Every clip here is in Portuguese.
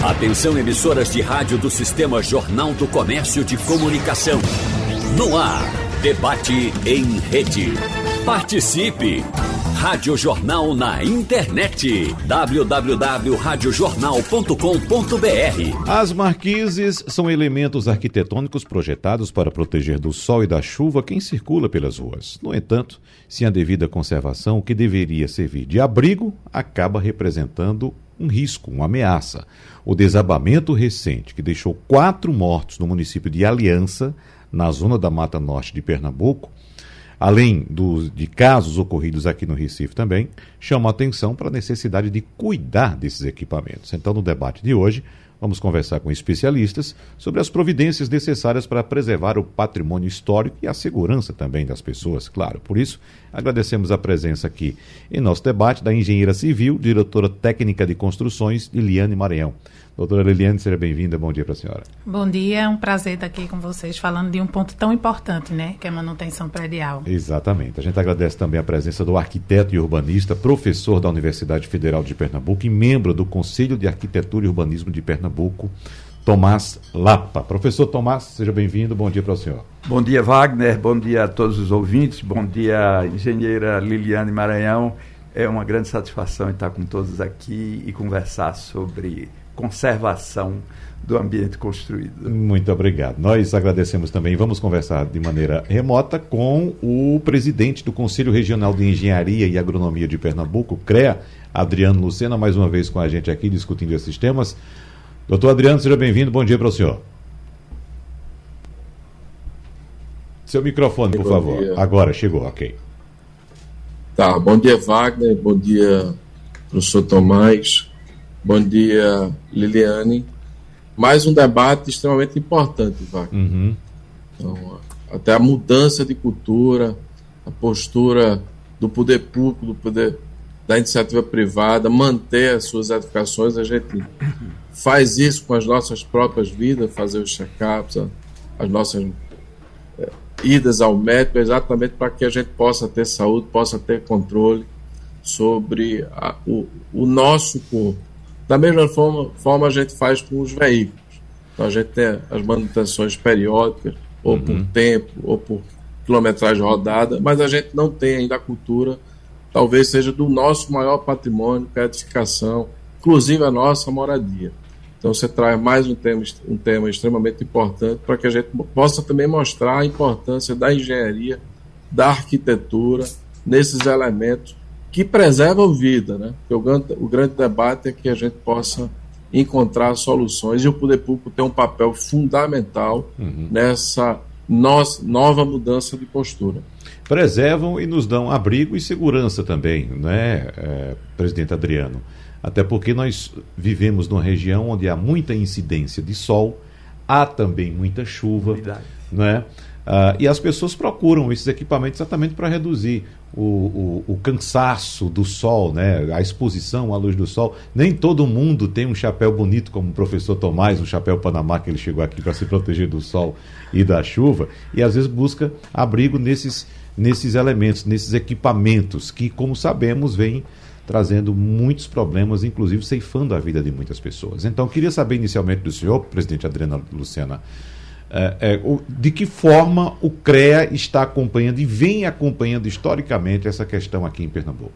Atenção, emissoras de rádio do Sistema Jornal do Comércio de Comunicação. No ar, debate em rede. Participe! Rádio Jornal na internet. www.radiojornal.com.br. As marquises são elementos arquitetônicos projetados para proteger do sol e da chuva quem circula pelas ruas. No entanto, sem a devida conservação, o que deveria servir de abrigo acaba representando um risco, uma ameaça. O desabamento recente, que deixou 4 mortos no município de Aliança, na zona da Mata Norte de Pernambuco, além de casos ocorridos aqui no Recife também, chama a atenção para a necessidade de cuidar desses equipamentos. Então, no debate de hoje, vamos conversar com especialistas sobre as providências necessárias para preservar o patrimônio histórico e a segurança também das pessoas, claro. Por isso, agradecemos a presença aqui em nosso debate da engenheira civil, diretora técnica de construções, Liliane Maranhão. Doutora Liliane, seja bem-vinda. Bom dia para a senhora. Bom dia, é um prazer estar aqui com vocês falando de um ponto tão importante, né, que é a manutenção predial. Exatamente. A gente agradece também a presença do arquiteto e urbanista, professor da Universidade Federal de Pernambuco e membro do Conselho de Arquitetura e Urbanismo de Pernambuco, Tomás Lapa. Professor Tomás, seja bem-vindo. Bom dia para o senhor. Bom dia, Wagner. Bom dia a todos os ouvintes. Bom dia, engenheira Liliane Maranhão. É uma grande satisfação estar com todos aqui e conversar sobre conservação do ambiente construído. Muito obrigado. Nós agradecemos também. Vamos conversar de maneira remota com o presidente do Conselho Regional de Engenharia e Agronomia de Pernambuco, CREA, Adriano Lucena, mais uma vez com a gente aqui discutindo esses temas. Doutor Adriano, seja bem-vindo. Bom dia para o senhor. Seu microfone, por favor. Dia. Agora, chegou, ok. Tá, bom dia, Wagner. Bom dia, professor Tomás. Bom dia, Liliane. Mais um debate extremamente importante, Wagner. Uhum. Então, até a mudança de cultura, a postura do poder público, do poder da iniciativa privada, manter as suas edificações. A gente faz isso com as nossas próprias vidas, fazer os check-ups, as nossas idas ao médico, exatamente para que a gente possa ter saúde, possa ter controle sobre o nosso corpo. Da mesma forma a gente faz com os veículos. Então a gente tem as manutenções periódicas, ou por tempo, ou por quilometragem rodada, mas a gente não tem ainda a cultura, talvez seja do nosso maior patrimônio, que é a edificação, inclusive a nossa moradia. Então você traz mais um tema extremamente importante para que a gente possa também mostrar a importância da engenharia, da arquitetura, nesses elementos que preservam vida, né? Porque o grande debate é que a gente possa encontrar soluções e o poder público tem um papel fundamental nessa nova mudança de postura. Preservam e nos dão abrigo e segurança também, né, presidente Adriano? Até porque nós vivemos numa região onde há muita incidência de sol, há também muita chuva, né? E as pessoas procuram esses equipamentos exatamente para reduzir o cansaço do sol, né? A exposição à luz do sol. Nem todo mundo tem um chapéu bonito como o professor Tomás, um chapéu Panamá que ele chegou aqui para se proteger do sol e da chuva, e às vezes busca abrigo nesses elementos, nesses equipamentos que, como sabemos, vêm trazendo muitos problemas, inclusive ceifando a vida de muitas pessoas. Então, queria saber inicialmente do senhor, presidente Adriano Lucena, de que forma o CREA está acompanhando e vem acompanhando historicamente essa questão aqui em Pernambuco?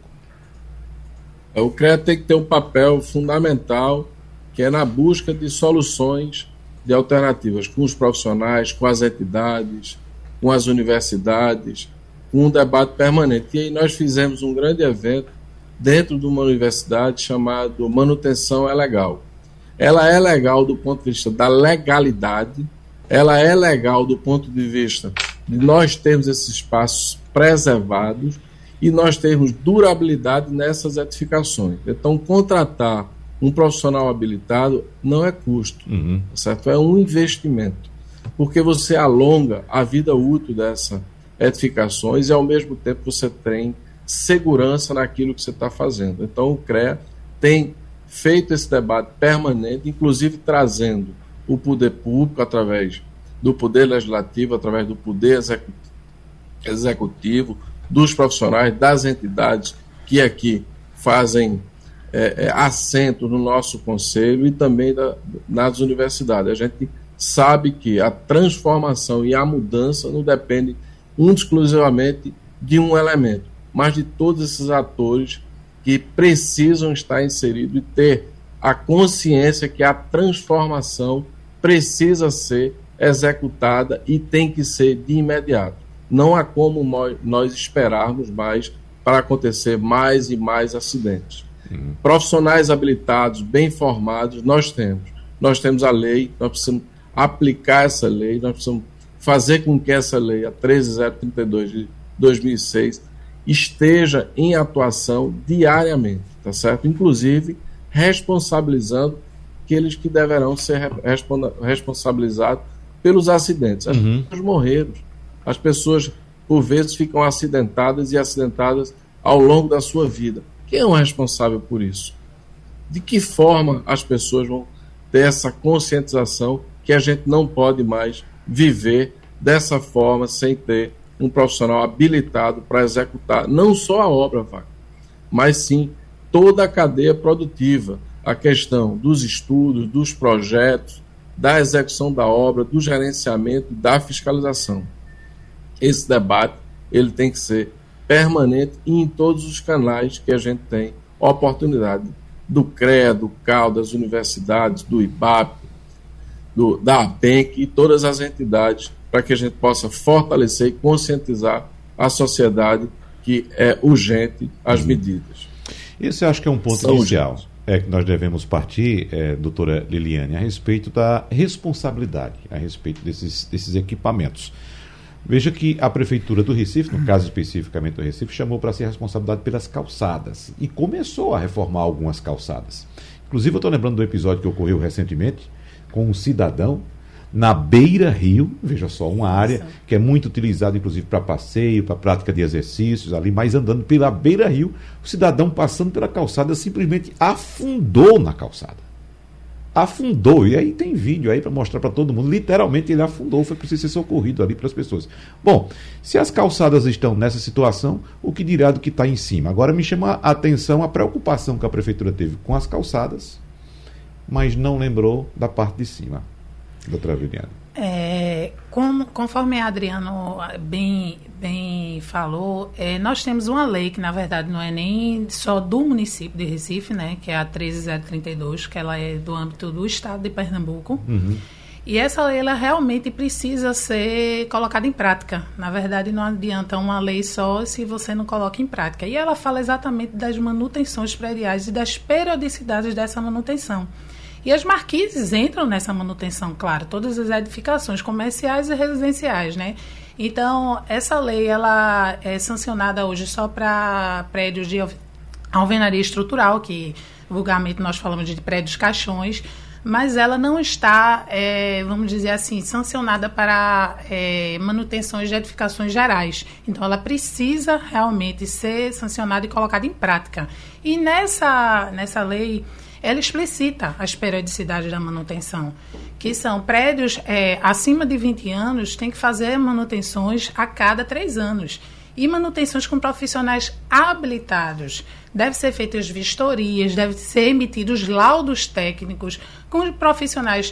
O CREA tem que ter um papel fundamental, que é na busca de soluções, de alternativas com os profissionais, com as entidades, com as universidades, com um debate permanente. E aí nós fizemos um grande evento dentro de uma universidade chamado Manutenção é Legal. Ela é legal do ponto de vista da legalidade, ela é legal do ponto de vista de nós termos esses espaços preservados e nós termos durabilidade nessas edificações. Então, contratar um profissional habilitado não é custo, certo? É um investimento, porque você alonga a vida útil dessas edificações e, ao mesmo tempo, você tem segurança naquilo que você está fazendo. Então, o CREA tem feito esse debate permanente, inclusive trazendo o poder público através do poder legislativo, através do poder executivo, dos profissionais, das entidades que aqui fazem assento no nosso conselho e também nas universidades. A gente sabe que a transformação e a mudança não depende exclusivamente de um elemento, mas de todos esses atores que precisam estar inseridos e ter a consciência que a transformação precisa ser executada e tem que ser de imediato. Não há como nós esperarmos mais para acontecer mais e mais acidentes. Profissionais habilitados, bem formados, nós temos. Nós temos a lei, nós precisamos aplicar essa lei, nós precisamos fazer com que essa lei, a 13.032 de 2006, esteja em atuação diariamente, tá certo? Inclusive, responsabilizando aqueles que deverão ser responsabilizados pelos acidentes. As pessoas morreram. As pessoas, por vezes, ficam acidentadas ao longo da sua vida. Quem é o responsável por isso? De que forma as pessoas vão ter essa conscientização que a gente não pode mais viver dessa forma sem ter um profissional habilitado para executar não só a obra, mas sim toda a cadeia produtiva, a questão dos estudos, dos projetos, da execução da obra, do gerenciamento, da fiscalização. Esse debate ele tem que ser permanente e em todos os canais que a gente tem oportunidade, do CREA, do CAL, das universidades, do IBAP, da APENC e todas as entidades, para que a gente possa fortalecer e conscientizar a sociedade que é urgente as medidas. Esse eu acho que é um ponto inicial que nós devemos partir, doutora Liliane, a respeito da responsabilidade, a respeito desses equipamentos. Veja que a Prefeitura do Recife, no caso especificamente do Recife, chamou para si a responsabilidade pelas calçadas e começou a reformar algumas calçadas. Inclusive, eu estou lembrando do episódio que ocorreu recentemente com um cidadão na beira-rio, veja só, uma área que é muito utilizada, inclusive, para passeio, para prática de exercícios ali, mas andando pela beira-rio, o cidadão passando pela calçada simplesmente afundou na calçada. Afundou, e aí tem vídeo aí para mostrar para todo mundo, literalmente ele afundou, foi preciso ser socorrido ali para as pessoas. Bom, se as calçadas estão nessa situação, o que dirá do que está em cima? Agora me chama a atenção a preocupação que a Prefeitura teve com as calçadas, mas não lembrou da parte de cima, doutora Liliane. Conforme a Adriano bem falou, nós temos uma lei que, na verdade, não é nem só do município de Recife, né, que é a 13.032, que ela é do âmbito do estado de Pernambuco. E essa lei, ela realmente precisa ser colocada em prática. Na verdade, não adianta uma lei só se você não coloca em prática. E ela fala exatamente das manutenções prediais e das periodicidades dessa manutenção. E as marquises entram nessa manutenção, claro, todas as edificações comerciais e residenciais, né? Então, essa lei, ela é sancionada hoje só para prédios de alvenaria estrutural, que vulgarmente nós falamos de prédios caixões, mas ela não está, vamos dizer assim, sancionada para manutenções de edificações gerais. Então, ela precisa realmente ser sancionada e colocada em prática. E nessa lei, ela explicita as periodicidades da manutenção, que são prédios acima de 20 anos, tem que fazer manutenções a cada 3 anos. E manutenções com profissionais habilitados. Deve ser feitas vistorias, deve ser emitidos laudos técnicos com profissionais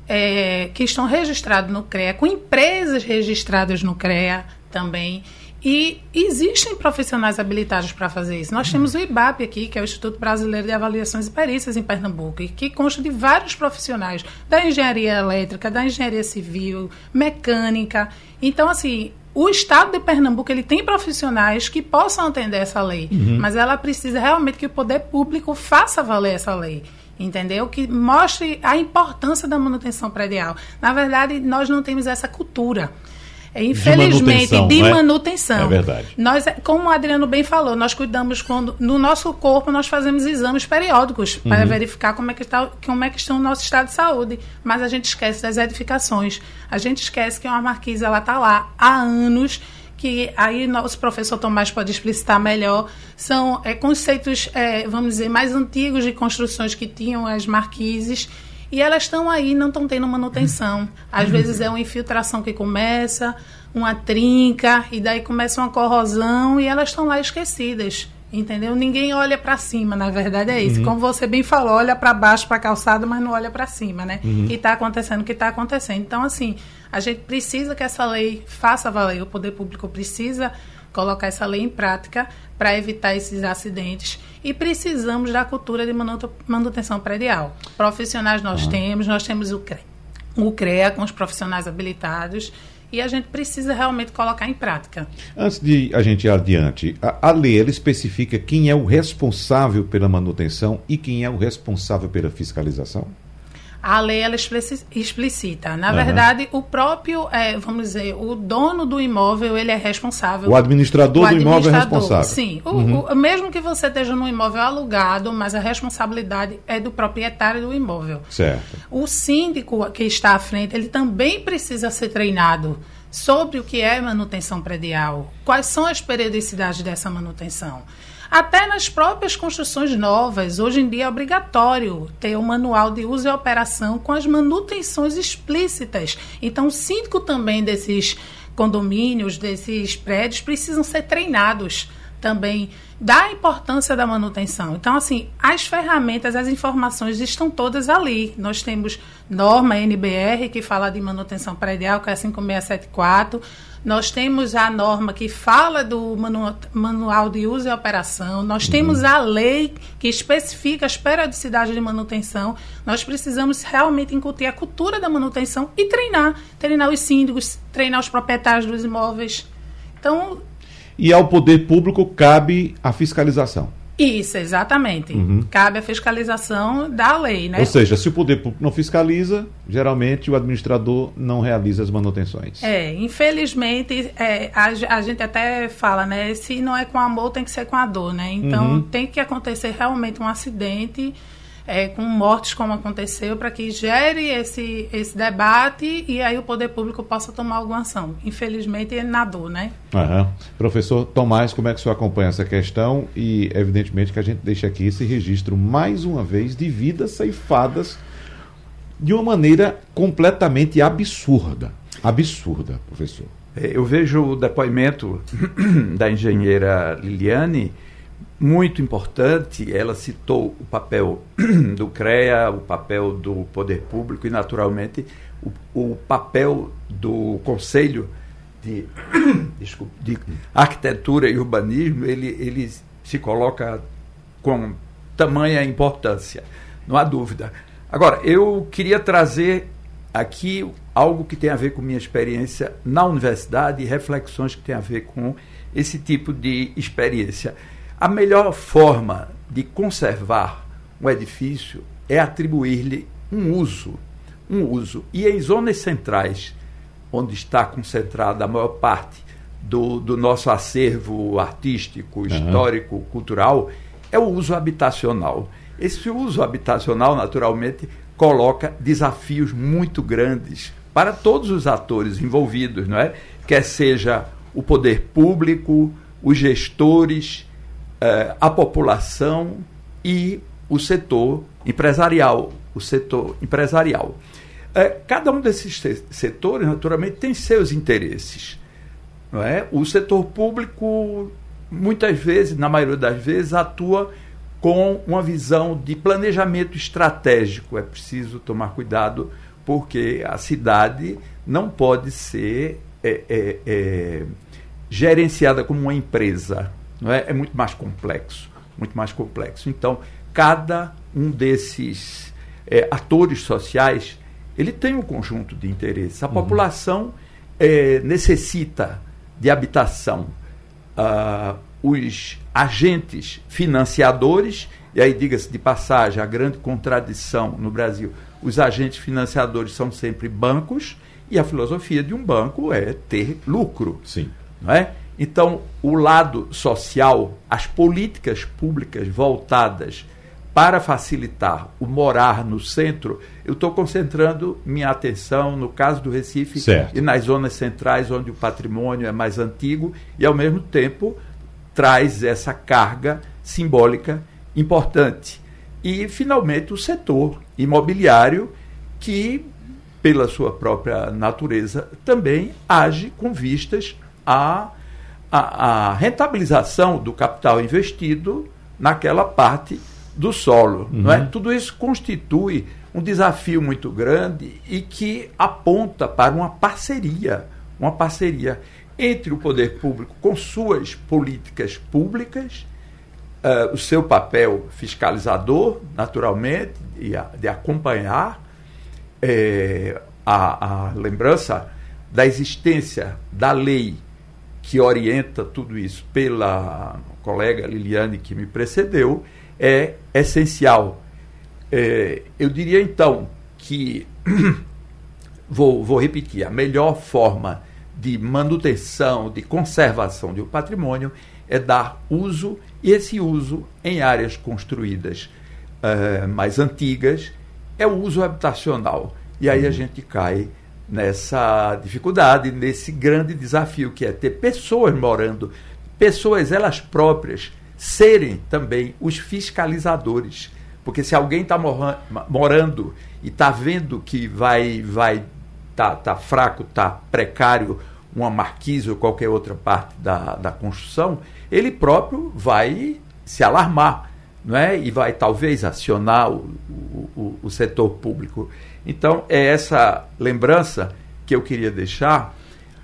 que estão registrados no CREA, com empresas registradas no CREA também. E existem profissionais habilitados para fazer isso. Nós temos o IBAP aqui, que é o Instituto Brasileiro de Avaliações e Perícias em Pernambuco, e que consta de vários profissionais da engenharia elétrica, da engenharia civil, mecânica. Então, assim, o estado de Pernambuco ele tem profissionais que possam atender essa lei, mas ela precisa realmente que o poder público faça valer essa lei. Entendeu? Que mostre a importância da manutenção predial. Na verdade, nós não temos essa cultura. Infelizmente, de manutenção. É verdade. Nós, como o Adriano bem falou, nós cuidamos no nosso corpo, nós fazemos exames periódicos para verificar como é que está o nosso estado de saúde. Mas a gente esquece das edificações. A gente esquece que uma marquise ela está lá há anos, que aí nosso professor Tomás pode explicitar melhor. São conceitos, vamos dizer, mais antigos de construções que tinham as marquises. E elas estão aí, não estão tendo manutenção. Às vezes é uma infiltração que começa, uma trinca, e daí começa uma corrosão, e elas estão lá esquecidas. Entendeu? Ninguém olha para cima, na verdade é isso. Como você bem falou, olha para baixo, para a calçada, mas não olha para cima, né? E está acontecendo o que está acontecendo. Então, assim, a gente precisa que essa lei faça valer. O poder público precisa colocar essa lei em prática para evitar esses acidentes. E precisamos da cultura de manutenção predial. Profissionais nós temos o CREA com os profissionais habilitados. E a gente precisa realmente colocar em prática. Antes de a gente ir adiante, a lei ela especifica quem é o responsável pela manutenção e quem é o responsável pela fiscalização? A lei ela explicita. Na verdade, o próprio, vamos dizer, o dono do imóvel, ele é responsável. O administrador do imóvel é responsável. Sim. Mesmo que você esteja num imóvel alugado, mas a responsabilidade é do proprietário do imóvel. Certo. O síndico que está à frente, ele também precisa ser treinado sobre o que é manutenção predial, quais são as periodicidades dessa manutenção. Até nas próprias construções novas, hoje em dia é obrigatório ter um manual de uso e operação com as manutenções explícitas. Então, o síndico também desses condomínios, desses prédios, precisam ser treinados também da importância da manutenção. Então, assim, as ferramentas, as informações estão todas ali. Nós temos norma NBR, que fala de manutenção predial, que é a 5674. Nós temos a norma que fala do manual de uso e operação. Nós temos a lei que especifica as periodicidades de manutenção. Nós precisamos realmente incutir a cultura da manutenção e treinar os síndicos, treinar os proprietários dos imóveis. Então... E ao poder público cabe a fiscalização. Isso, exatamente. Cabe a fiscalização da lei, né? Ou seja, se o poder público não fiscaliza, geralmente o administrador não realiza as manutenções. Infelizmente, a gente até fala, né? Se não é com amor, tem que ser com a dor, né? Então, tem que acontecer realmente um acidente com mortes como aconteceu, para que gere esse debate e aí o poder público possa tomar alguma ação. Infelizmente, é na dor, né? Professor Tomás, como é que o senhor acompanha essa questão? E, evidentemente, que a gente deixa aqui esse registro, mais uma vez, de vidas ceifadas de uma maneira completamente absurda. Absurda, professor. Eu vejo o depoimento da engenheira Liliane muito importante. Ela citou o papel do CREA, o papel do poder público e, naturalmente, o papel do Conselho de Arquitetura e Urbanismo. Ele se coloca com tamanha importância, não há dúvida. Agora, eu queria trazer aqui algo que tem a ver com minha experiência na universidade e reflexões que tem a ver com esse tipo de experiência. A melhor forma de conservar um edifício é atribuir-lhe um uso. E em zonas centrais, onde está concentrada a maior parte do nosso acervo artístico, histórico, cultural, é o uso habitacional. Esse uso habitacional, naturalmente, coloca desafios muito grandes para todos os atores envolvidos, não é? Quer seja o poder público, os gestores, a população e o setor empresarial. Cada um desses setores, naturalmente, tem seus interesses, não é? O setor público, muitas vezes, na maioria das vezes, atua com uma visão de planejamento estratégico. É preciso tomar cuidado, porque a cidade não pode ser gerenciada como uma empresa. Não é? É muito mais complexo. Então, cada um desses atores sociais, ele tem um conjunto de interesses. A população necessita de habitação. Os agentes financiadores, e aí diga-se de passagem, a grande contradição no Brasil, os agentes financiadores são sempre bancos, e a filosofia de um banco é ter lucro. Sim. Não é? Então, o lado social, as políticas públicas voltadas para facilitar o morar no centro, eu estou concentrando minha atenção no caso do Recife, certo, e nas zonas centrais, onde o patrimônio é mais antigo e, ao mesmo tempo, traz essa carga simbólica importante. E, finalmente, o setor imobiliário, que, pela sua própria natureza, também age com vistas a a rentabilização do capital investido naquela parte do solo. Não é? Tudo isso constitui um desafio muito grande e que aponta para uma parceria entre o poder público com suas políticas públicas, o seu papel fiscalizador, naturalmente, de acompanhar a lembrança da existência da lei que orienta tudo isso pela colega Liliane que me precedeu, é essencial. Eu diria, então, que, vou repetir, a melhor forma de manutenção, de conservação de um patrimônio é dar uso, e esse uso em áreas construídas mais antigas é o uso habitacional. E aí a gente cai nessa dificuldade, nesse grande desafio que é ter pessoas morando, pessoas elas próprias serem também os fiscalizadores. Porque se alguém está morando e está vendo que tá fraco, está precário, uma marquise ou qualquer outra parte da construção, ele próprio vai se alarmar, não é? E vai talvez acionar o setor público. Então, é essa lembrança que eu queria deixar.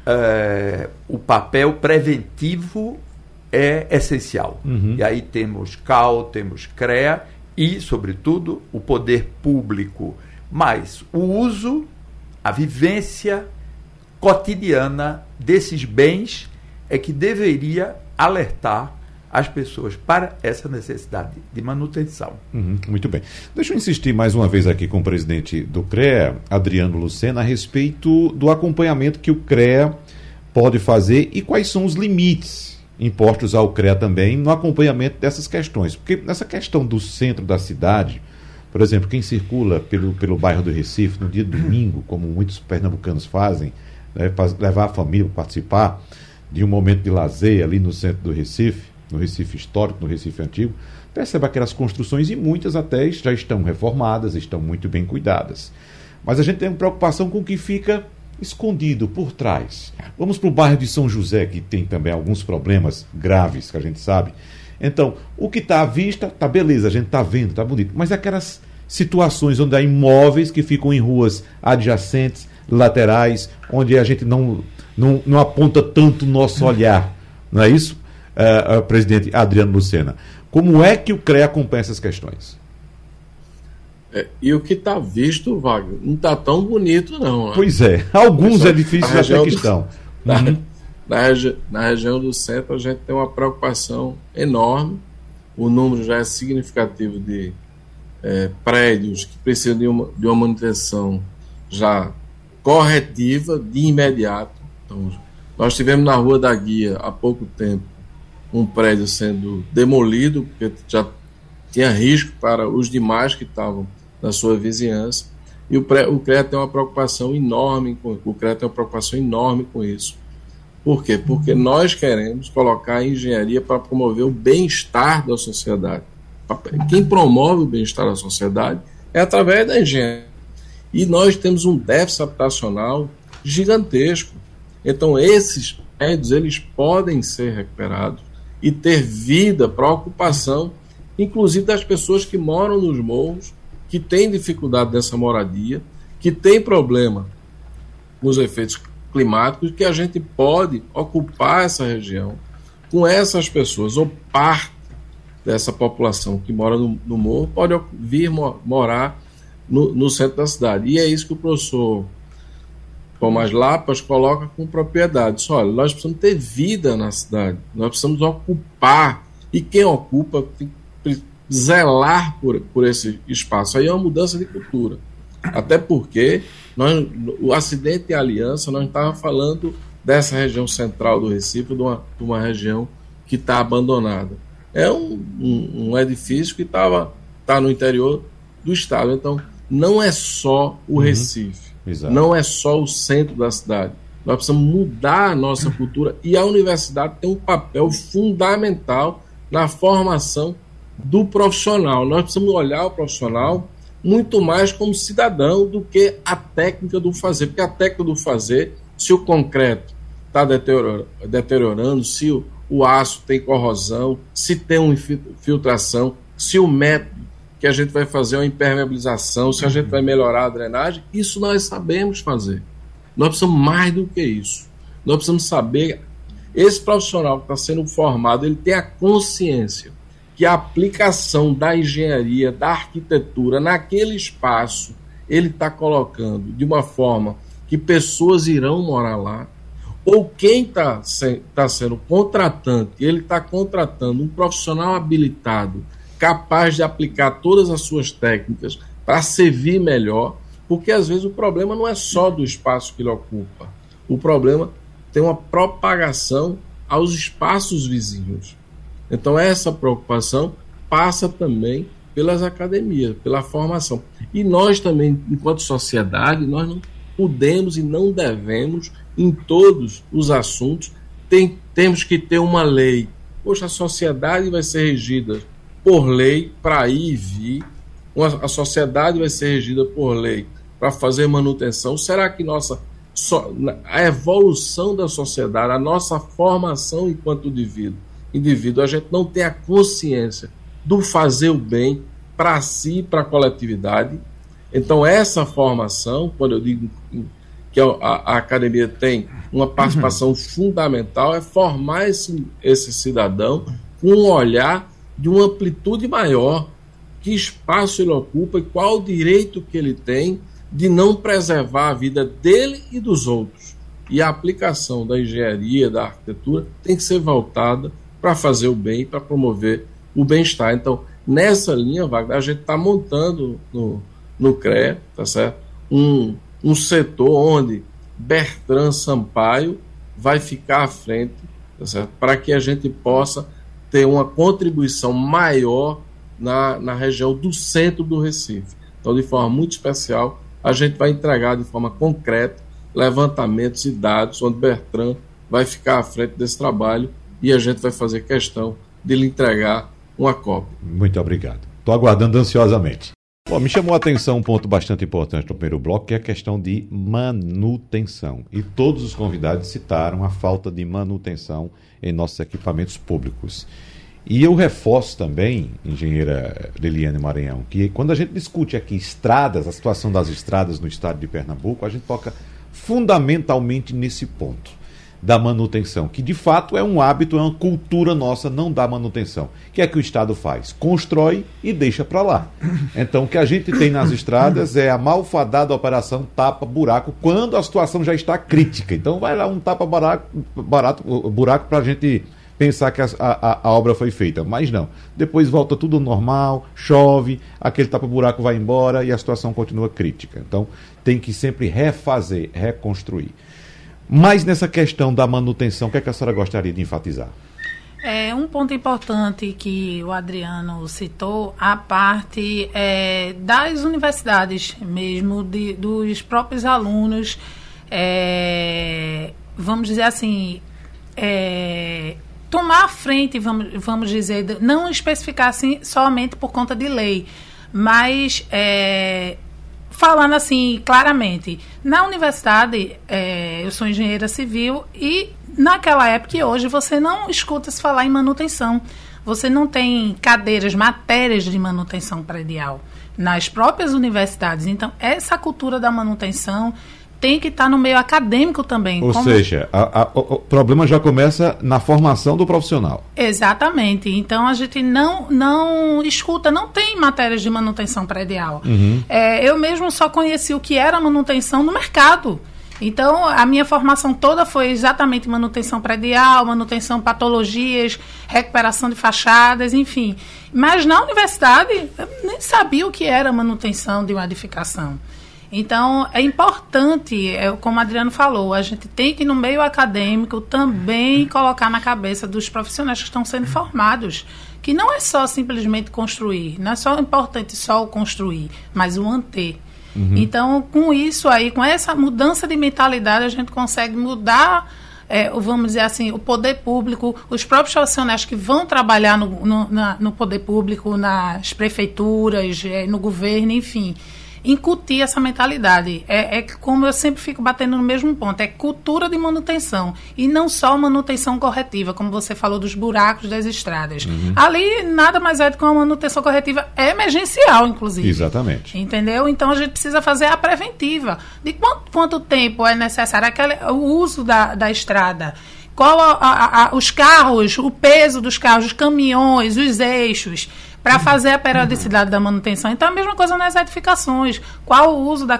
O papel preventivo é essencial. E aí temos CAL, temos CREA e, sobretudo, o poder público. Mas o uso, a vivência cotidiana desses bens é que deveria alertar as pessoas para essa necessidade de manutenção. Muito bem. Deixa eu insistir mais uma vez aqui com o presidente do CREA, Adriano Lucena, a respeito do acompanhamento que o CREA pode fazer e quais são os limites impostos ao CREA também no acompanhamento dessas questões. Porque nessa questão do centro da cidade, por exemplo, quem circula pelo bairro do Recife no dia de domingo, como muitos pernambucanos fazem, né, para levar a família para participar de um momento de lazer ali no centro do Recife, no Recife histórico, no Recife antigo, percebe aquelas construções, e muitas até já estão reformadas, estão muito bem cuidadas. Mas a gente tem uma preocupação com o que fica escondido por trás. Vamos para o bairro de São José, que tem também alguns problemas graves, que a gente sabe. Então, o que está à vista, está beleza, a gente está vendo, está bonito. Mas aquelas situações onde há imóveis que ficam em ruas adjacentes, laterais, onde a gente não aponta tanto o nosso olhar, não é isso? Presidente Adriano Lucena, como é que o CREA acompanha essas questões? E o que está visto, Wagner, não está tão bonito não, né? Pois é, alguns edifícios até que estão. Na região do centro a gente tem uma preocupação enorme, o número já é significativo de prédios que precisam de uma manutenção já corretiva, de imediato. Então, nós tivemos na Rua da Guia há pouco tempo um prédio sendo demolido, porque já tinha risco para os demais que estavam na sua vizinhança, e o CREA tem uma preocupação enorme com isso. Por quê? Porque nós queremos colocar a engenharia para promover o bem-estar da sociedade. Quem promove o bem-estar da sociedade é através da engenharia. E nós temos um déficit habitacional gigantesco. Então, esses prédios, eles podem ser recuperados e ter vida para a ocupação, inclusive das pessoas que moram nos morros, que têm dificuldade dessa moradia, que têm problema com os efeitos climáticos, que a gente pode ocupar essa região com essas pessoas, ou parte dessa população que mora no morro pode vir morar no centro da cidade. E é isso que o professor Tomás Lapas coloca com propriedade. Olha, nós precisamos ter vida na cidade, nós precisamos ocupar, e quem ocupa tem que zelar por esse espaço. Aí é uma mudança de cultura. Até porque o acidente de Aliança, nós estávamos falando dessa região central do Recife, de uma região que está abandonada. É um edifício que está no interior do estado. Então, não é só o Recife, não é só o centro da cidade. Nós precisamos mudar a nossa cultura, e a universidade tem um papel fundamental na formação do profissional. Nós precisamos olhar o profissional muito mais como cidadão do que a técnica do fazer, porque a técnica do fazer, se o concreto está deteriorando, se o aço tem corrosão, se tem uma infiltração, se o método que a gente vai fazer é uma impermeabilização, se a gente vai melhorar a drenagem, isso nós sabemos fazer. Nós precisamos mais do que isso. Nós precisamos saber, esse profissional que está sendo formado, ele tem a consciência que a aplicação da engenharia, da arquitetura, naquele espaço, ele está colocando de uma forma que pessoas irão morar lá, ou quem está sendo contratante, ele está contratando um profissional habilitado, capaz de aplicar todas as suas técnicas para servir melhor, porque às vezes o problema não é só do espaço que ele ocupa, o problema tem uma propagação aos espaços vizinhos. Então essa preocupação passa também pelas academias, pela formação. E nós também, enquanto sociedade, nós não podemos e não devemos, em todos os assuntos, temos que ter uma lei. Poxa, a sociedade vai ser regida por lei para ir e vir, a sociedade vai ser regida por lei para fazer manutenção. Será que a evolução da sociedade, a nossa formação enquanto indivíduo, a gente não tem a consciência do fazer o bem para si e para a coletividade? Então essa formação, quando eu digo que a academia tem uma participação fundamental, é formar esse cidadão com um olhar de uma amplitude maior, que espaço ele ocupa e qual o direito que ele tem de não preservar a vida dele e dos outros. E a aplicação da engenharia, da arquitetura, tem que ser voltada para fazer o bem, para promover o bem-estar. Então, nessa linha, Wagner, a gente está montando no CREA, tá certo? Um setor onde Bertrand Sampaio vai ficar à frente, tá certo? Para que a gente possa ter uma contribuição maior na região do centro do Recife. Então, de forma muito especial, a gente vai entregar de forma concreta levantamentos e dados, onde Bertrand vai ficar à frente desse trabalho e a gente vai fazer questão de lhe entregar uma cópia. Muito obrigado. Estou aguardando ansiosamente. Bom, me chamou a atenção um ponto bastante importante no primeiro bloco, que é a questão de manutenção. E todos os convidados citaram a falta de manutenção em nossos equipamentos públicos. E eu reforço também, engenheira Liliane Maranhão, que quando a gente discute aqui estradas, a situação das estradas no estado de Pernambuco, a gente toca fundamentalmente nesse ponto da manutenção, que de fato é um hábito, é uma cultura nossa não dar manutenção. O que é que o Estado faz? Constrói e deixa para lá. Então o que a gente tem nas estradas é a malfadada operação tapa-buraco, quando a situação já está crítica. Então vai lá um tapa-buraco para a gente pensar que a obra foi feita, mas não. Depois volta tudo ao normal, chove, aquele tapa-buraco vai embora e a situação continua crítica. Então tem que sempre refazer, reconstruir. Mas nessa questão da manutenção, o que é que a senhora gostaria de enfatizar? Um ponto importante que o Adriano citou, a parte das universidades mesmo, dos próprios alunos, vamos dizer assim, tomar a frente, vamos dizer, não especificar assim somente por conta de lei, mas falando assim claramente, na universidade, eu sou engenheira civil e naquela época e hoje você não escuta se falar em manutenção. Você não tem cadeiras, matérias de manutenção predial nas próprias universidades. Então, essa cultura da manutenção tem que estar no meio acadêmico também. Ou seja, o problema já começa na formação do profissional. Exatamente. Então, a gente não escuta, não tem matérias de manutenção predial. Uhum. Eu mesmo só conheci o que era manutenção no mercado. Então, a minha formação toda foi exatamente manutenção predial, manutenção patologias, recuperação de fachadas, enfim. Mas na universidade, eu nem sabia o que era manutenção de uma edificação. Então, é importante, como o Adriano falou, a gente tem que, no meio acadêmico, também colocar na cabeça dos profissionais que estão sendo formados, que não é só simplesmente construir, não é só importante só o construir, mas o manter. Uhum. Então, com isso aí, com essa mudança de mentalidade, a gente consegue mudar, vamos dizer assim, o poder público, os próprios profissionais que vão trabalhar no poder público, nas prefeituras, no governo, enfim. incutir essa mentalidade. É como eu sempre fico batendo no mesmo ponto, é cultura de manutenção, e não só manutenção corretiva, como você falou dos buracos das estradas. Ali nada mais é do que uma manutenção corretiva emergencial, inclusive. Exatamente. Entendeu? Então a gente precisa fazer a preventiva. De quanto tempo é necessário o uso da estrada? Qual os carros, o peso dos carros, os caminhões, os eixos, para fazer a periodicidade da manutenção. Então, a mesma coisa nas edificações. Qual o uso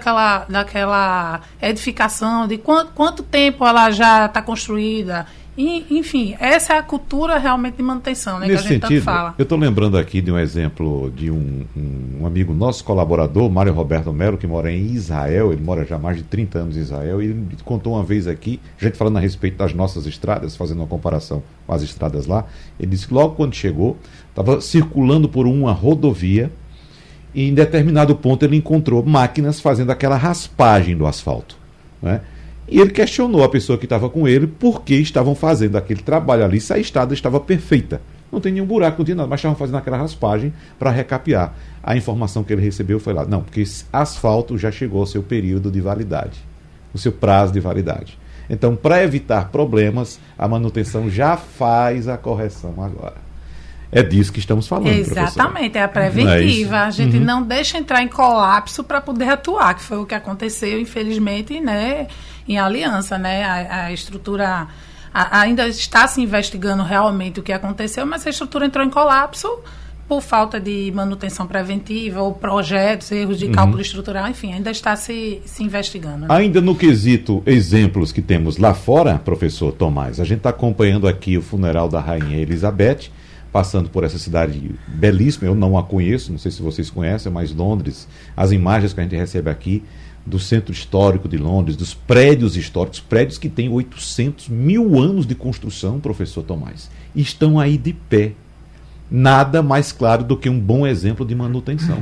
daquela edificação, de quanto tempo ela já está construída. Enfim, essa é a cultura realmente de manutenção, né? Nesse que a gente sentido, tanto fala. Eu estou lembrando aqui de um exemplo de um amigo nosso, colaborador, Mário Roberto Melo, que mora em Israel. Ele mora já há mais de 30 anos em Israel, e ele contou uma vez aqui, a gente falando a respeito das nossas estradas, fazendo uma comparação com as estradas lá. Ele disse que logo quando chegou, estava circulando por uma rodovia, e em determinado ponto ele encontrou máquinas fazendo aquela raspagem do asfalto, né? E ele questionou a pessoa que estava com ele por que estavam fazendo aquele trabalho ali se a estrada estava perfeita. Não tem nenhum buraco, não tinha nada, mas estavam fazendo aquela raspagem para recapear. A informação que ele recebeu foi lá, não, porque esse asfalto já chegou ao seu período de validade, o seu prazo de validade. Então, para evitar problemas, a manutenção já faz a correção agora. É disso que estamos falando, exatamente, professor. É a preventiva. A gente não deixa entrar em colapso para poder atuar, que foi o que aconteceu, infelizmente, né, em Aliança, né? A estrutura ainda está se investigando realmente o que aconteceu, mas a estrutura entrou em colapso por falta de manutenção preventiva ou projetos, erros de cálculo estrutural, enfim, ainda está se investigando. Né? Ainda no quesito exemplos que temos lá fora, professor Tomás, a gente está acompanhando aqui o funeral da Rainha Elizabeth, passando por essa cidade belíssima. Eu não a conheço, não sei se vocês conhecem, mas Londres, as imagens que a gente recebe aqui do centro histórico de Londres, dos prédios históricos, prédios que têm 800 mil anos de construção, professor Tomás, estão aí de pé. Nada mais claro do que um bom exemplo de manutenção.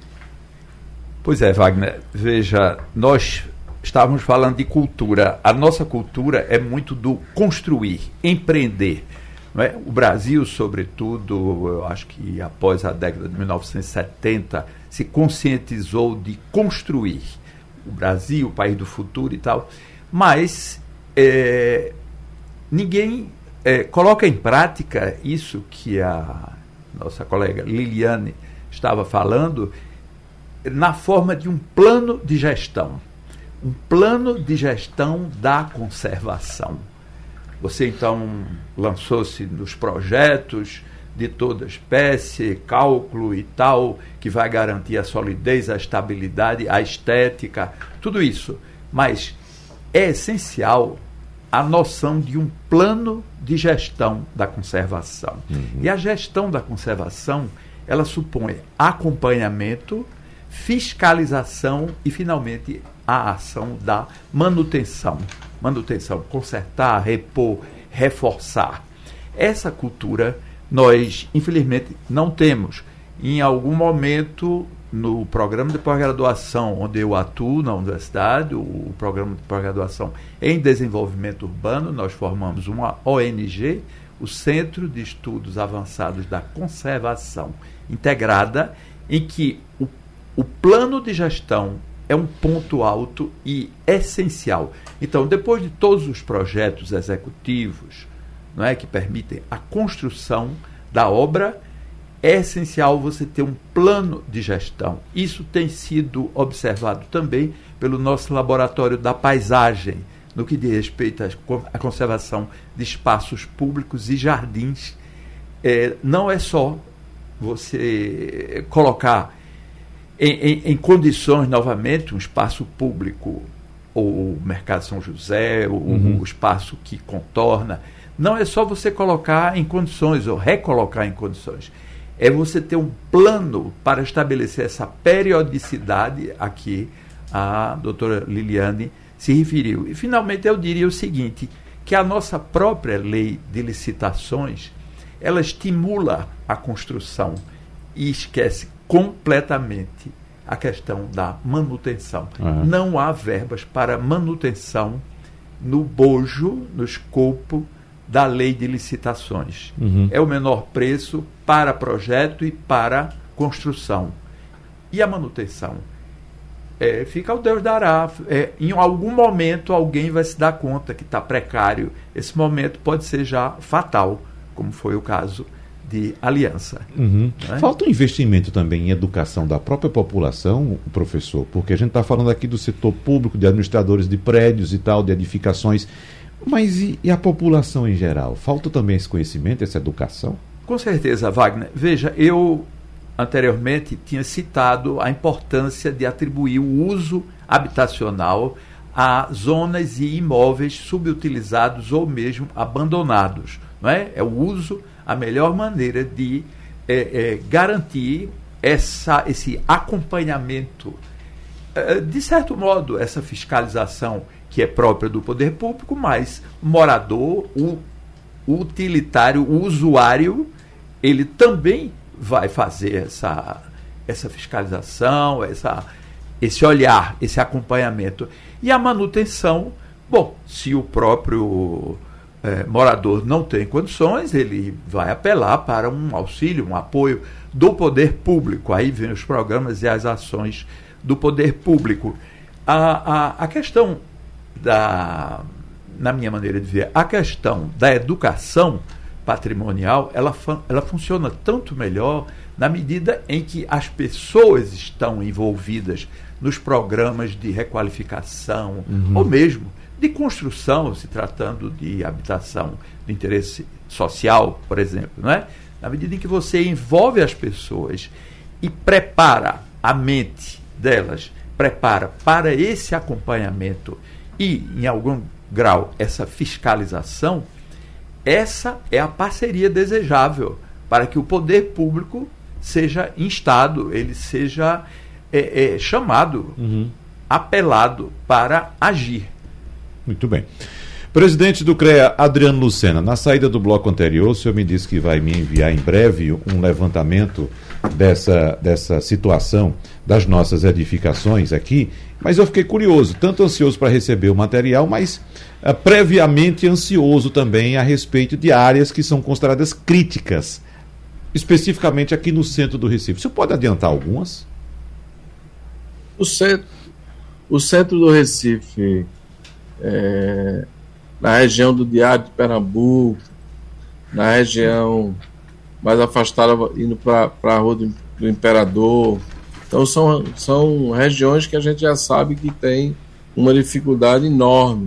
Pois é, Wagner, veja, nós estávamos falando de cultura. A nossa cultura é muito do construir, empreender. Não é? O Brasil, sobretudo, eu acho que após a década de 1970, se conscientizou de construir. O Brasil, o país do futuro e tal. Mas ninguém coloca em prática isso que a nossa colega Liliane estava falando na forma de um plano de gestão. Um plano de gestão da conservação. Você, então, lançou-se nos projetos de toda espécie, cálculo e tal, que vai garantir a solidez, a estabilidade, a estética, tudo isso. Mas é essencial a noção de um plano de gestão da conservação. E a gestão da conservação, ela supõe acompanhamento, fiscalização e, finalmente, a ação da manutenção. Manutenção, consertar, repor, reforçar. Essa cultura nós, infelizmente, não temos. Em algum momento, no programa de pós-graduação onde eu atuo na universidade, o programa de pós-graduação em desenvolvimento urbano, nós formamos uma ONG, o Centro de Estudos Avançados da Conservação Integrada, em que o plano de gestão é um ponto alto e essencial. Então, depois de todos os projetos executivos, não é, que permitem a construção da obra, é essencial você ter um plano de gestão. Isso tem sido observado também pelo nosso laboratório da paisagem, no que diz respeito à conservação de espaços públicos e jardins. Não é só você colocar em condições, novamente, um espaço público, ou o Mercado São José, o espaço que contorna. Não é só você colocar em condições, ou recolocar em condições. É você ter um plano para estabelecer essa periodicidade a que a doutora Liliane se referiu. E, finalmente, eu diria o seguinte, que a nossa própria lei de licitações, ela estimula a construção e esquece completamente a questão da manutenção. Não há verbas para manutenção no bojo, no escopo da lei de licitações. É o menor preço para projeto e para construção. E a manutenção fica ao Deus dará. Em algum momento alguém vai se dar conta que está precário. Esse momento pode ser já fatal, como foi o caso de Aliança. Né? Falta um investimento também em educação da própria população, professor, porque a gente está falando aqui do setor público, de administradores de prédios e tal, de edificações, mas e a população em geral? Falta também esse conhecimento, essa educação? Com certeza, Wagner. Veja, eu anteriormente tinha citado a importância de atribuir o uso habitacional a zonas e imóveis subutilizados ou mesmo abandonados. Não é? É o uso, a melhor maneira de garantir esse acompanhamento, de certo modo, essa fiscalização que é própria do poder público, mas o morador, o utilitário, o usuário, ele também vai fazer essa fiscalização, esse olhar, esse acompanhamento. E a manutenção, bom, se o próprio morador não tem condições, ele vai apelar para um auxílio, um apoio do poder público. Aí vem os programas e as ações do poder público. A questão na minha maneira de ver, a questão da educação patrimonial, ela funciona tanto melhor na medida em que as pessoas estão envolvidas nos programas de requalificação, ou mesmo de construção, se tratando de habitação de interesse social, por exemplo, não é? Na medida em que você envolve as pessoas e prepara a mente delas, prepara para esse acompanhamento e, em algum grau, essa fiscalização, essa é a parceria desejável para que o poder público seja instado, ele seja chamado, apelado para agir. Muito bem. Presidente do CREA, Adriano Lucena, na saída do bloco anterior, o senhor me disse que vai me enviar em breve um levantamento dessa situação das nossas edificações aqui, mas eu fiquei curioso, tanto ansioso para receber o material, mas previamente ansioso também a respeito de áreas que são consideradas críticas, especificamente aqui no centro do Recife. O senhor pode adiantar algumas? O centro do Recife, na região do Diário de Pernambuco, na região mais afastada, indo para a Rua do Imperador. Então são regiões que a gente já sabe que tem uma dificuldade enorme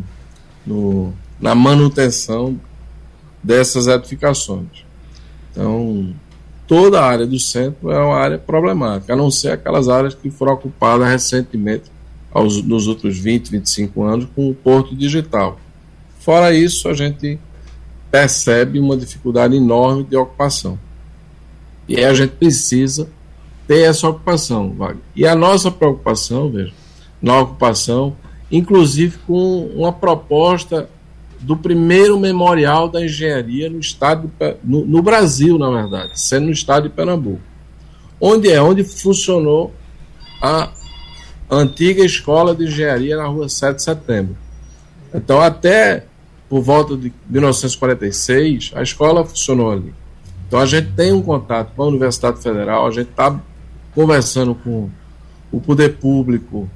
na manutenção dessas edificações. Então, toda a área do centro é uma área problemática, a não ser aquelas áreas que foram ocupadas recentemente, nos últimos 20, 25 anos, com o Porto Digital. Fora isso, a gente percebe uma dificuldade enorme de ocupação. E aí a gente precisa ter essa ocupação, Wagner. E a nossa preocupação, veja, na ocupação, inclusive com uma proposta do primeiro memorial da engenharia no estado no Brasil, na verdade, sendo no estado de Pernambuco, onde funcionou a antiga escola de engenharia na rua 7 de setembro. Então, até por volta de 1946, a escola funcionou ali. Então, a gente tem um contato com a Universidade Federal, a gente está conversando com o poder público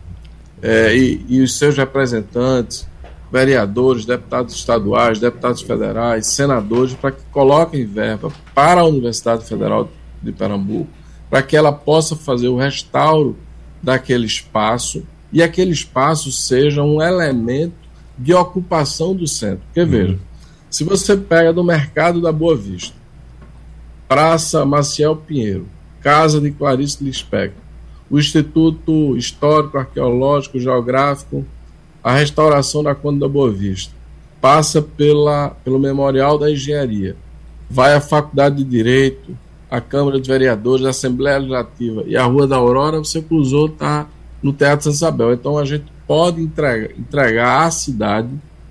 e os seus representantes, vereadores, deputados estaduais, deputados federais, senadores, para que coloquem verba para a Universidade Federal de Pernambuco, para que ela possa fazer o restauro daquele espaço e aquele espaço seja um elemento de ocupação do centro. Porque, veja, se você pega do Mercado da Boa Vista, Praça Maciel Pinheiro, Casa de Clarice Lispector, o Instituto Histórico, Arqueológico, Geográfico, a restauração da Conde da Boa Vista, passa pelo Memorial da Engenharia, vai à Faculdade de Direito, a Câmara de Vereadores, a Assembleia Legislativa e a Rua da Aurora, você cruzou, está no Teatro Santa Isabel. Então a gente pode entregar à cidade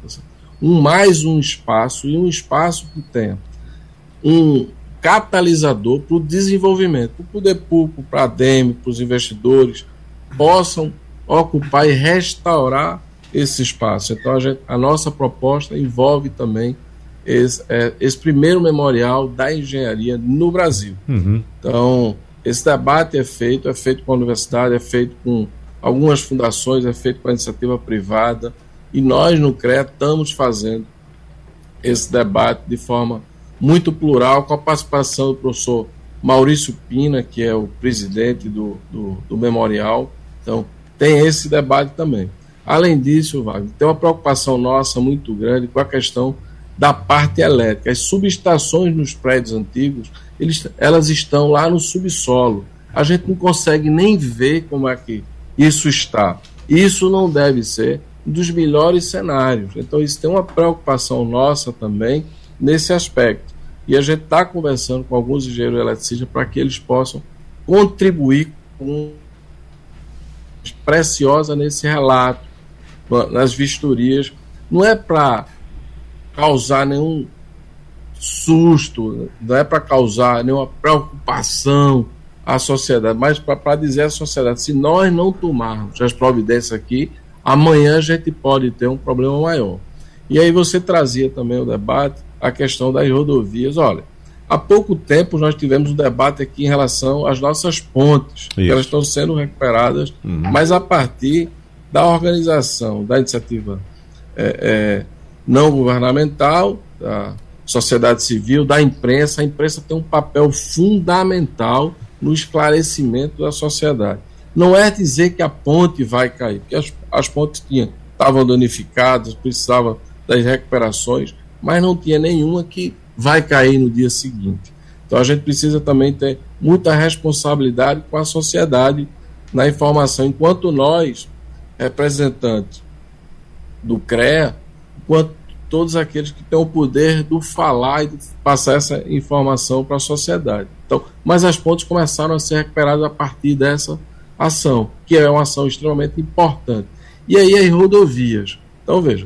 mais um espaço, e um espaço que tenha um catalisador para o desenvolvimento, para o poder público, para a ADEME, para os investidores, possam ocupar e restaurar esse espaço. Então a nossa proposta envolve também esse primeiro memorial da engenharia no Brasil. Então esse debate é feito com a universidade, é feito com algumas fundações é feito com a iniciativa privada, e nós no CREA estamos fazendo esse debate de forma muito plural, com a participação do professor Maurício Pina, que é o presidente do memorial. Então, tem esse debate também. Além disso, Wagner, tem uma preocupação nossa muito grande com a questão da parte elétrica. As subestações nos prédios antigos, elas estão lá no subsolo. A gente não consegue nem ver como é que isso está. Isso não deve ser um dos melhores cenários. Então, isso tem uma preocupação nossa também nesse aspecto. E a gente está conversando com alguns engenheiros eletricistas para que eles possam contribuir com preciosa nesse relato, nas vistorias. Não é para causar nenhum susto, não é para causar nenhuma preocupação à sociedade, mas para dizer à sociedade, se nós não tomarmos as providências aqui, amanhã a gente pode ter um problema maior. E aí você trazia também o debate, a questão das rodovias. Olha, há pouco tempo nós tivemos um debate aqui em relação às nossas pontes, que elas estão sendo recuperadas, mas a partir da organização, da iniciativa não governamental, da sociedade civil, da imprensa. A imprensa tem um papel fundamental no esclarecimento da sociedade. Não é dizer que a ponte vai cair, porque as pontes estavam danificadas, precisavam das recuperações, mas não tinha nenhuma que vai cair no dia seguinte. Então a gente precisa também ter muita responsabilidade com a sociedade na informação, enquanto nós, representantes do CREA, enquanto todos aqueles que têm o poder do falar e de passar essa informação para a sociedade. Então, mas as pontes começaram a ser recuperadas a partir dessa ação, que é uma ação extremamente importante. E aí as rodovias. Então, veja,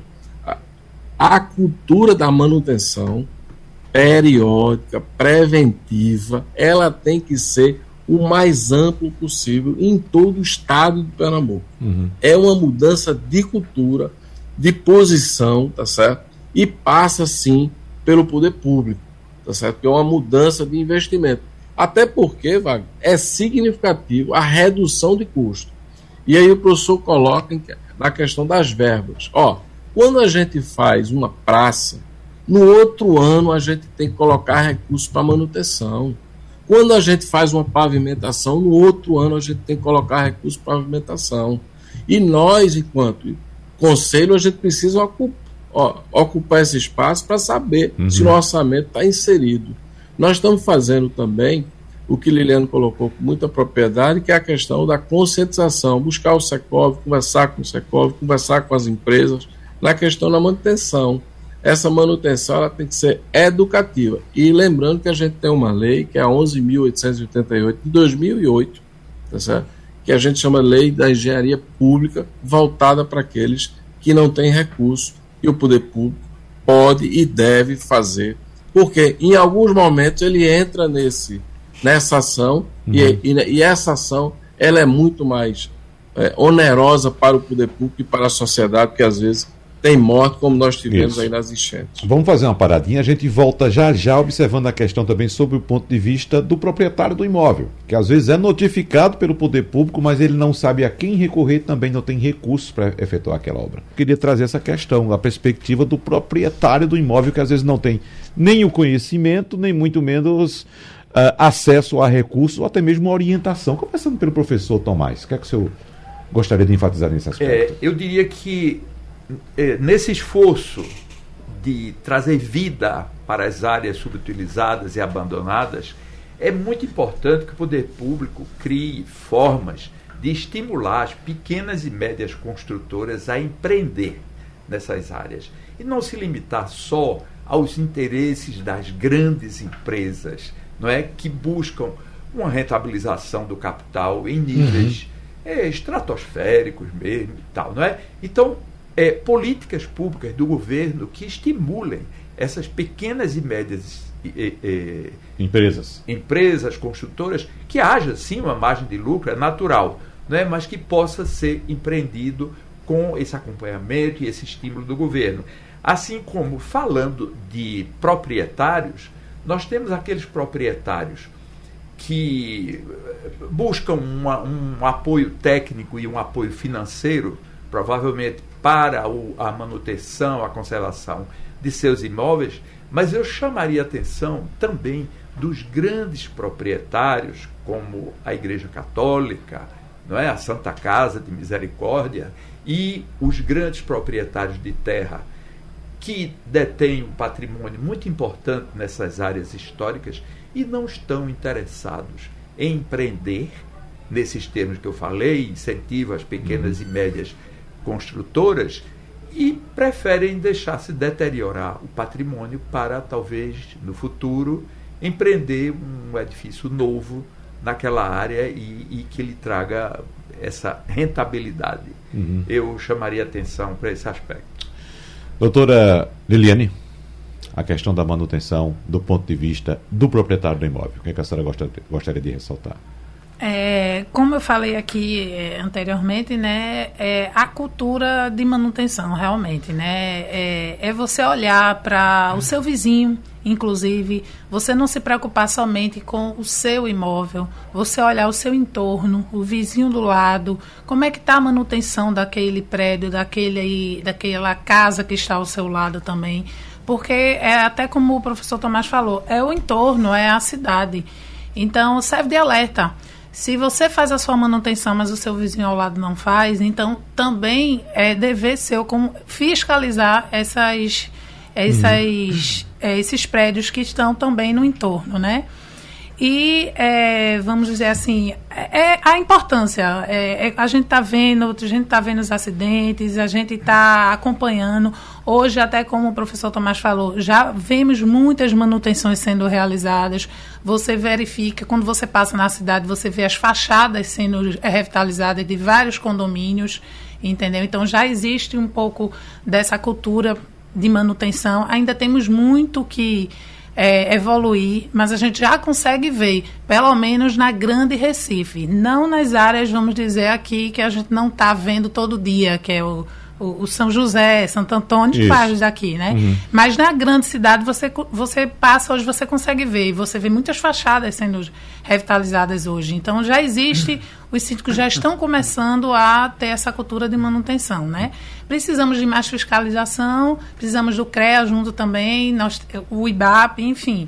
a cultura da manutenção periódica, preventiva, ela tem que ser o mais amplo possível em todo o estado de Pernambuco. É uma mudança de cultura, de posição, tá certo? E passa, sim, pelo poder público, tá certo? Que é uma mudança de investimento. Até porque, Wagner, é significativo a redução de custo. E aí o professor coloca na questão das verbas. Quando a gente faz uma praça, no outro ano a gente tem que colocar recursos para manutenção. Quando a gente faz uma pavimentação, no outro ano a gente tem que colocar recursos para pavimentação. E nós, enquanto conselho, a gente precisa ocupar esse espaço para saber se o orçamento está inserido. Nós estamos fazendo também o que Liliane colocou com muita propriedade, que é a questão da conscientização, buscar o Secov, conversar com o Secov, conversar com as empresas, na questão da manutenção. Essa manutenção ela tem que ser educativa. E lembrando que a gente tem uma lei, que é a 11.888 de 2008, tá certo? Que a gente chama Lei da Engenharia Pública, voltada para aqueles que não têm recurso, e o poder público pode e deve fazer, porque em alguns momentos ele entra nessa ação, e essa ação ela é muito mais onerosa para o poder público e para a sociedade, porque às vezes tem morte, como nós tivemos aí nas enchentes. Vamos fazer uma paradinha, a gente volta já observando a questão também sobre o ponto de vista do proprietário do imóvel, que às vezes é notificado pelo poder público, mas ele não sabe a quem recorrer, também não tem recursos para efetuar aquela obra. Eu queria trazer essa questão, a perspectiva do proprietário do imóvel, que às vezes não tem nem o conhecimento, nem muito menos acesso a recursos, ou até mesmo orientação. Começando pelo professor Tomás, o que é que o senhor gostaria de enfatizar nesse aspecto? Eu diria que nesse esforço de trazer vida para as áreas subutilizadas e abandonadas, é muito importante que o poder público crie formas de estimular as pequenas e médias construtoras a empreender nessas áreas e não se limitar só aos interesses das grandes empresas, não é, que buscam uma rentabilização do capital em níveis estratosféricos mesmo e tal, não é? Então, políticas públicas do governo que estimulem essas pequenas e médias empresas construtoras, que haja sim uma margem de lucro, é natural, não é? Mas que possa ser empreendido com esse acompanhamento e esse estímulo do governo. Assim como, falando de proprietários, nós temos aqueles proprietários que buscam um apoio técnico e um apoio financeiro, provavelmente para a manutenção, a conservação de seus imóveis, mas eu chamaria a atenção também dos grandes proprietários, como a Igreja Católica, não é? A Santa Casa de Misericórdia, e os grandes proprietários de terra que detêm um patrimônio muito importante nessas áreas históricas e não estão interessados em empreender, nesses termos que eu falei, incentivo às pequenas e médias construtoras, e preferem deixar se deteriorar o patrimônio para, talvez, no futuro, empreender um edifício novo naquela área e que lhe traga essa rentabilidade. Eu chamaria atenção para esse aspecto. Doutora Liliane, a questão da manutenção do ponto de vista do proprietário do imóvel, o que a senhora gostaria de ressaltar? Como eu falei aqui anteriormente, né, a cultura de manutenção, realmente, né, é você olhar para o seu vizinho, inclusive, você não se preocupar somente com o seu imóvel, você olhar o seu entorno, o vizinho do lado, como é que está a manutenção daquele prédio, daquela casa que está ao seu lado também, porque até como o professor Tomás falou, é o entorno, é a cidade, então serve de alerta. Se você faz a sua manutenção, mas o seu vizinho ao lado não faz, então também é dever seu como fiscalizar esses prédios que estão também no entorno, né? E, vamos dizer assim, a importância, a gente está vendo os acidentes, a gente está acompanhando. Hoje, até como o professor Tomás falou, já vemos muitas manutenções sendo realizadas. Você verifica, quando você passa na cidade, você vê as fachadas sendo revitalizadas de vários condomínios, entendeu? Então, já existe um pouco dessa cultura de manutenção. Ainda temos muito que evoluir, mas a gente já consegue ver, pelo menos na Grande Recife, não nas áreas, vamos dizer aqui, que a gente não está vendo todo dia, que é o São José, Santo Antônio, bairros daqui, né? Mas na grande cidade você passa, hoje você consegue ver, e você vê muitas fachadas sendo revitalizadas hoje. Então já existe, os síndicos já estão começando a ter essa cultura de manutenção, né? Precisamos de mais fiscalização, precisamos do CREA junto também, o IBAP, enfim.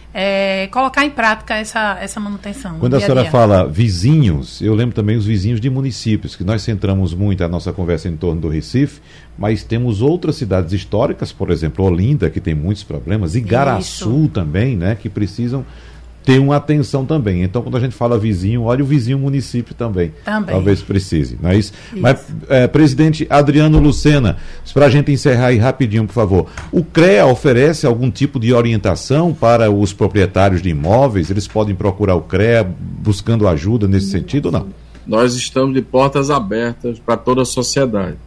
Colocar em prática essa manutenção. Quando a senhora fala vizinhos, eu lembro também os vizinhos de municípios, que nós centramos muito a nossa conversa em torno do Recife, mas temos outras cidades históricas, por exemplo, Olinda, que tem muitos problemas, Igaraçu também, né, que precisam ter uma atenção também. Então, quando a gente fala vizinho, olha o vizinho município também. Talvez precise, não é isso? Mas, presidente Adriano Lucena, para a gente encerrar aí rapidinho, por favor, o CREA oferece algum tipo de orientação para os proprietários de imóveis? Eles podem procurar o CREA buscando ajuda nesse sentido ou não? Nós estamos de portas abertas para toda a sociedade.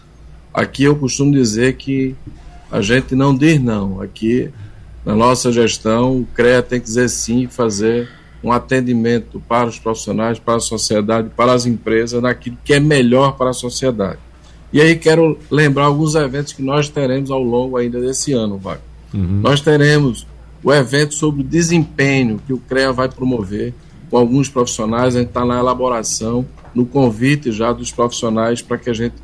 Aqui eu costumo dizer que a gente não diz não. Aqui, na nossa gestão, o CREA tem que dizer sim, fazer um atendimento para os profissionais, para a sociedade, para as empresas, naquilo que é melhor para a sociedade. E aí quero lembrar alguns eventos que nós teremos ao longo ainda desse ano, Wagner. Nós teremos o evento sobre o desempenho que o CREA vai promover com alguns profissionais. A gente está na elaboração, no convite já dos profissionais para que a gente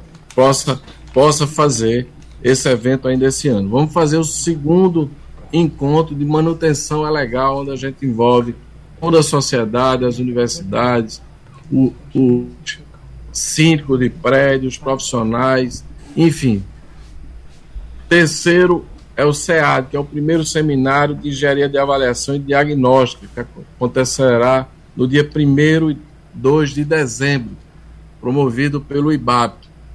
possa fazer esse evento ainda esse ano. Vamos fazer o segundo encontro de manutenção legal, onde a gente envolve toda a sociedade, as universidades, o síndico de prédios, profissionais, enfim. Terceiro é o SEAD, que é o primeiro seminário de engenharia de avaliação e diagnóstico, que acontecerá no dia 1º e 2 de dezembro, promovido pelo IBAP.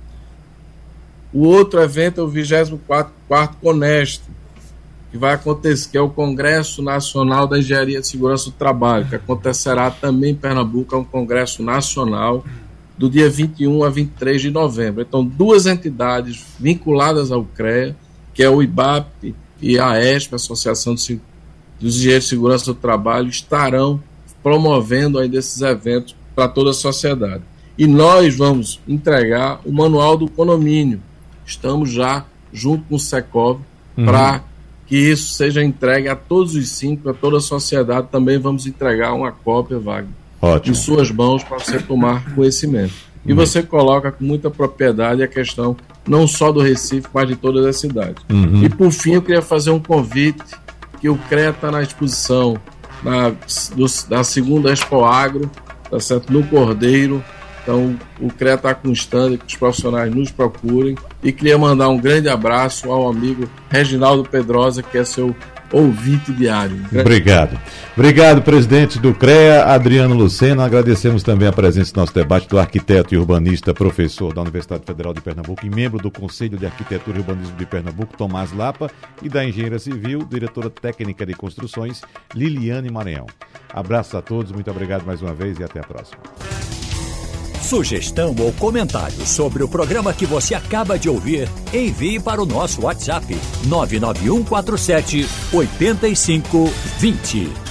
O outro evento é o 24º CONEST, que vai acontecer, que é o Congresso Nacional da Engenharia de Segurança do Trabalho, que acontecerá também em Pernambuco, é um congresso nacional, do dia 21 a 23 de novembro. Então, duas entidades vinculadas ao CREA, que é o IBAP e a AESP, a Associação dos Engenheiros de Segurança do Trabalho, estarão promovendo ainda esses eventos para toda a sociedade. E nós vamos entregar o Manual do Condomínio. Estamos já, junto com o Secov, para que isso seja entregue a todos os 5, a toda a sociedade. Também vamos entregar uma cópia, Wagner, em suas mãos para você tomar conhecimento. E você coloca com muita propriedade a questão não só do Recife, mas de todas as cidades. E por fim, eu queria fazer um convite, que o CREA está na exposição da segunda Expo Agro, tá certo? No Cordeiro. Então, o CREA está com stand, que os profissionais nos procurem. E queria mandar um grande abraço ao amigo Reginaldo Pedrosa, que é seu ouvinte diário. Obrigado. Obrigado, presidente do CREA, Adriano Lucena. Agradecemos também a presença no nosso debate do arquiteto e urbanista, professor da Universidade Federal de Pernambuco e membro do Conselho de Arquitetura e Urbanismo de Pernambuco, Tomás Lapa, e da engenheira civil, diretora técnica de construções, Liliane Maranhão. Abraços a todos, muito obrigado mais uma vez e até a próxima. Sugestão ou comentário sobre o programa que você acaba de ouvir, envie para o nosso WhatsApp 99147 8520.